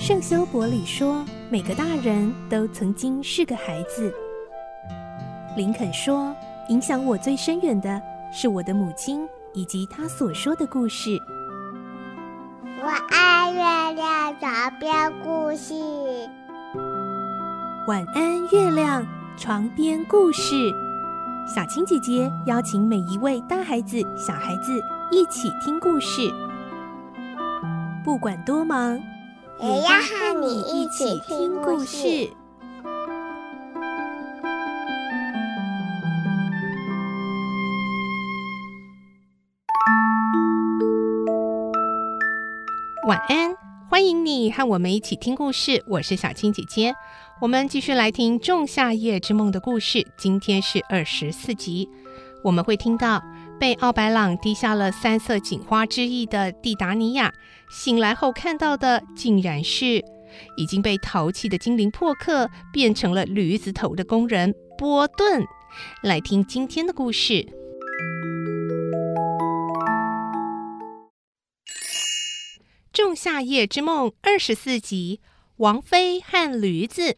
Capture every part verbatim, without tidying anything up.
圣修伯里说，每个大人都曾经是个孩子。林肯说，影响我最深远的是我的母亲以及她所说的故事。 我爱月亮床边故事。 晚安，月亮床边故事。小青姐姐邀请每一位大孩子、小孩子一起听故事，不管多忙， 也要和你一起听故事。 晚安，欢迎你和我们一起听故事，我是小青姐姐。我们继续来听《仲夏夜之梦》的故事，今天是二十四集。我们会听到被奥白朗滴下了三色锦花之意的蒂达尼亚，醒来后看到的竟然是已经被淘气的精灵珀克变成了驴子头的工人波顿。来听今天的故事。《仲夏夜之梦》二十四集，王妃和驴子。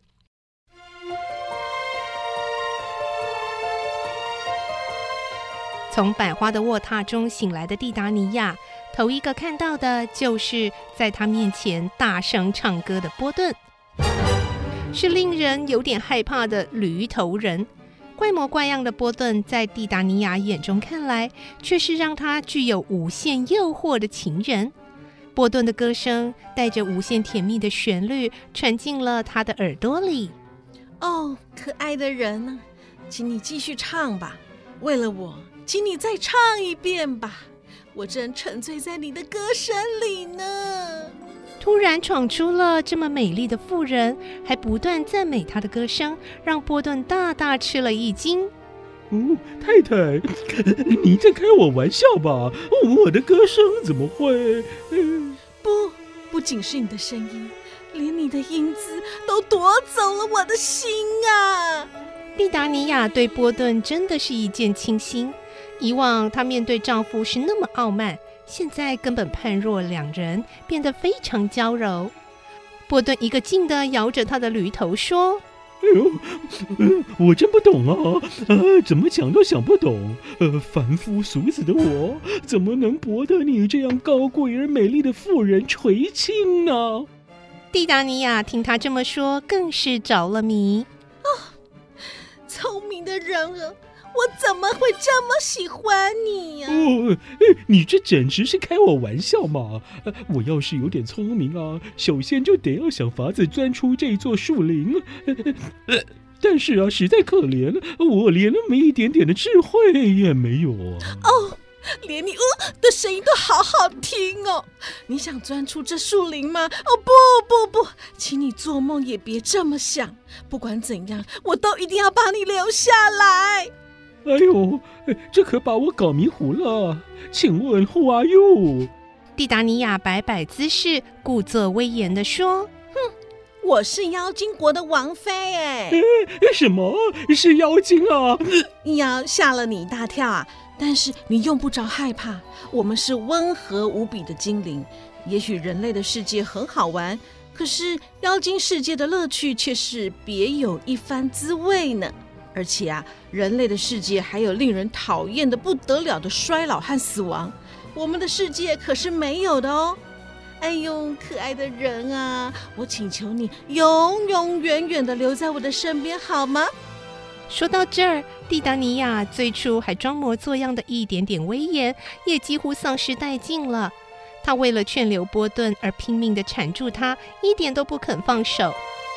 从百花的卧榻中醒来的蒂达尼亚，头一个看到的就是在他面前大声唱歌的波顿，是令人有点害怕的驴头人。怪模怪样的波顿在蒂达尼亚眼中看来，却是让他具有无限诱惑的情人。波顿的歌声带着无限甜蜜的旋律传进了他的耳朵里。 哦，可爱的人啊，请你继续唱吧，为了我，请你再唱一遍吧，我正沉醉在你的歌声里呢。 突然闯出了这么美丽的妇人，还不断赞美她的歌声，让波顿大大吃了一惊。 哦，太太，你在开我玩笑吧？我的歌声怎么会…… 不，不仅是你的声音，连你的英姿都夺走了我的心啊！ 蒂达尼亚对波顿真的是一见倾心。以往她面对丈夫是那么傲慢，现在根本判若两人，变得非常娇柔。波顿一个劲地摇着他的驴头说： 哎呦，呃，我真不懂啊，呃，怎么想都想不懂。呃，凡夫俗子的我，怎么能博得你这样高贵而美丽的妇人垂青呢？ 蒂达尼亚听他这么说，更是着了迷。 哦，聪明的人儿，我怎么会这么喜欢你呀、啊？ 哦，你这简直是开我玩笑嘛！我要是有点聪明啊，首先就得要想法子钻出这座树林。但是啊，实在可怜，我连那么一点点的智慧也没有啊！ 哦，连你呃的声音都好好听哦！你想钻出这树林吗？哦，不不不，请你做梦也别这么想。不管怎样，我都一定要把你留下来。 哎呦，这可把我搞迷糊了。请问 Who are you？ 蒂达尼亚摆摆姿势，故作威严地说： 哼，我是妖精国的王妃哎！ 什么是妖精啊？ 妖吓了你一大跳啊！但是你用不着害怕，我们是温和无比的精灵。也许人类的世界很好玩，可是妖精世界的乐趣却是别有一番滋味呢。而且啊，人类的世界还有令人讨厌的不得了的衰老和死亡，我们的世界可是没有的哦。哎呦，可爱的人啊，我请求你永永远远的留在我的身边好吗？ 说到这儿，蒂达尼亚最初还装模作样的一点点威严也几乎丧失殆尽了。他为了劝留波顿而拼命地缠住他，一点都不肯放手。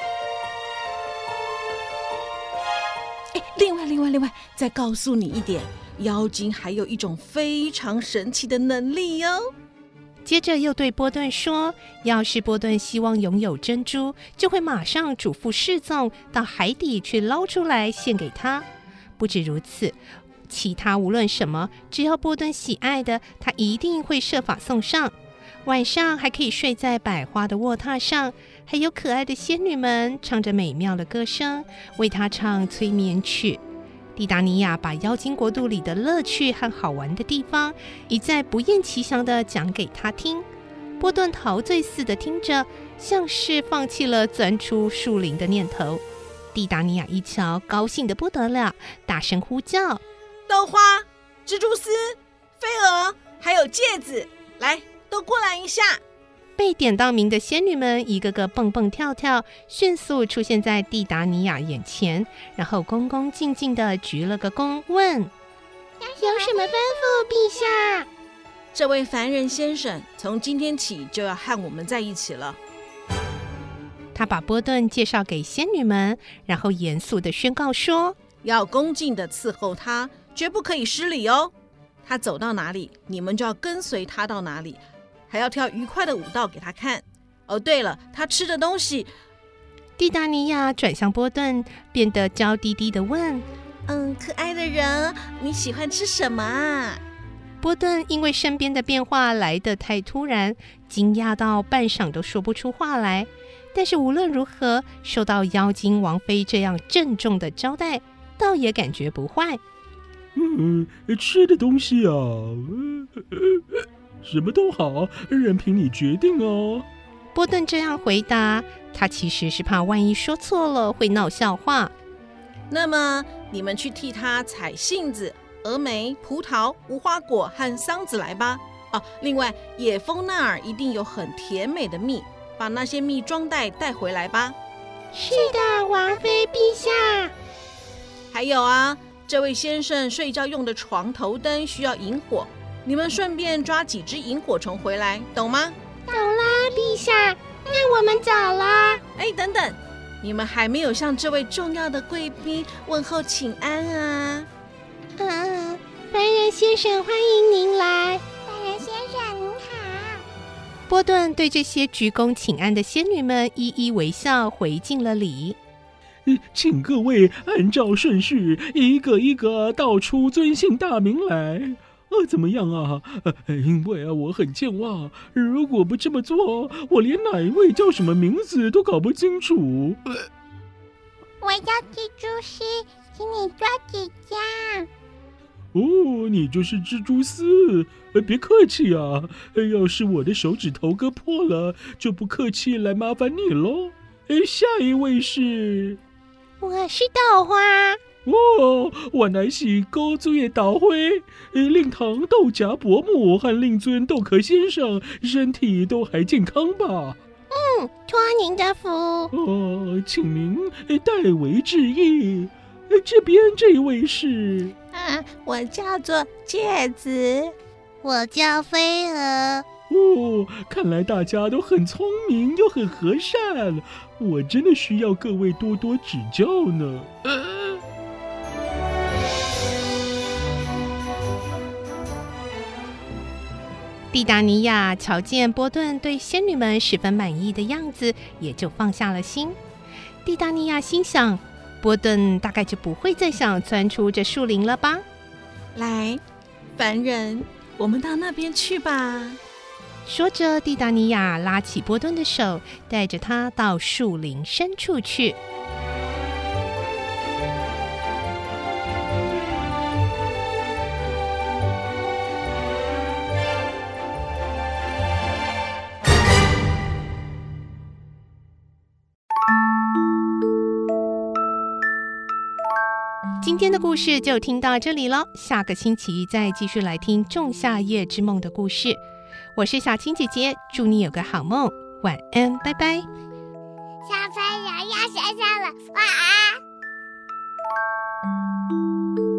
另外另外另外再告诉你一点，妖精还有一种非常神奇的能力哦。 接着又对波顿说，要是波顿希望拥有珍珠，就会马上嘱咐侍从到海底去捞出来献给他。不止如此，其他无论什么，只要波顿喜爱的，他一定会设法送上。晚上还可以睡在百花的卧榻上，还有可爱的仙女们唱着美妙的歌声，为他唱催眠曲。蒂达尼亚把妖精国度里的乐趣和好玩的地方一再不厌其详地讲给他听。 波顿陶醉似的听着，像是放弃了钻出树林的念头。蒂达尼亚一瞧，高兴得不得了，大声呼叫： 豆花、蜘蛛丝、飞蛾，还有戒指，来，都过来一下！ 被点到名的仙女们一个个蹦蹦跳跳，迅速出现在蒂达尼亚眼前，然后恭恭敬敬地鞠了个躬，问： 有什么吩咐，陛下？ 这位凡人先生从今天起就要和我们在一起了。 他把波顿介绍给仙女们，然后严肃地宣告说： 要恭敬地伺候他，绝不可以失礼哦。他走到哪里，你们就要跟随他到哪里，还要跳愉快的舞蹈给他看。哦，对了，他吃的东西…… 蒂达尼亚转向波顿，变得娇滴滴地问： 嗯，可爱的人，你喜欢吃什么啊？ 波顿因为身边的变化来得太突然，惊讶到半晌都说不出话来。但是无论如何，受到妖精王妃这样郑重的招待，倒也感觉不坏。 嗯，吃的东西啊，什么都好，任凭你决定哦。 波顿这样回答，他其实是怕万一说错了会闹笑话。 那么你们去替他采杏子、峨眉、葡萄、无花果和桑子来吧。哦，另外野蜂那儿一定有很甜美的蜜，把那些蜜装袋带回来吧。 是的，王妃陛下。 还有啊，这位先生睡觉用的床头灯需要引火，你们顺便抓几只萤火虫回来，懂吗？ 懂啦，陛下。那我们走了。 哎，等等，你们还没有向这位重要的贵宾问候请安啊。 嗯，凡人先生，欢迎您来。凡人先生您好。 波顿对这些鞠躬请安的仙女们一一微笑，回敬了礼。 请各位按照顺序，一个一个道出尊姓大名来。呃，怎么样啊？呃，因为啊，我很健忘，如果不这么做，我连哪一位叫什么名字都搞不清楚。呃、 我叫蜘蛛丝，请你抓几下。 哦，你就是蜘蛛丝，呃，别客气啊。要是我的手指头割破了，就不客气来麻烦你喽。下一位是， 我是豆花。 哦，我乃是高尊豆花，令堂豆荚伯母和令尊豆壳先生身体都还健康吧？ 嗯，托您的福。 哦，请您代为致意。这边这位是， 啊，我叫做戒指。 我叫飞蛾。 哦，看来大家都很聪明又很和善，我真的需要各位多多指教呢。呃、 蒂达尼亚瞧见波顿对仙女们十分满意的样子，也就放下了心。蒂达尼亚心想，波顿大概就不会再想钻出这树林了吧。 来，凡人，我们到那边去吧。 说着，蒂达尼亚拉起波顿的手，带着他到树林深处去。今天的故事就听到这里了，下个星期再继续来听《仲夏夜之梦》的故事。我是小青姐姐，祝你有个好梦，晚安，拜拜。 小朋友要睡觉了，晚安。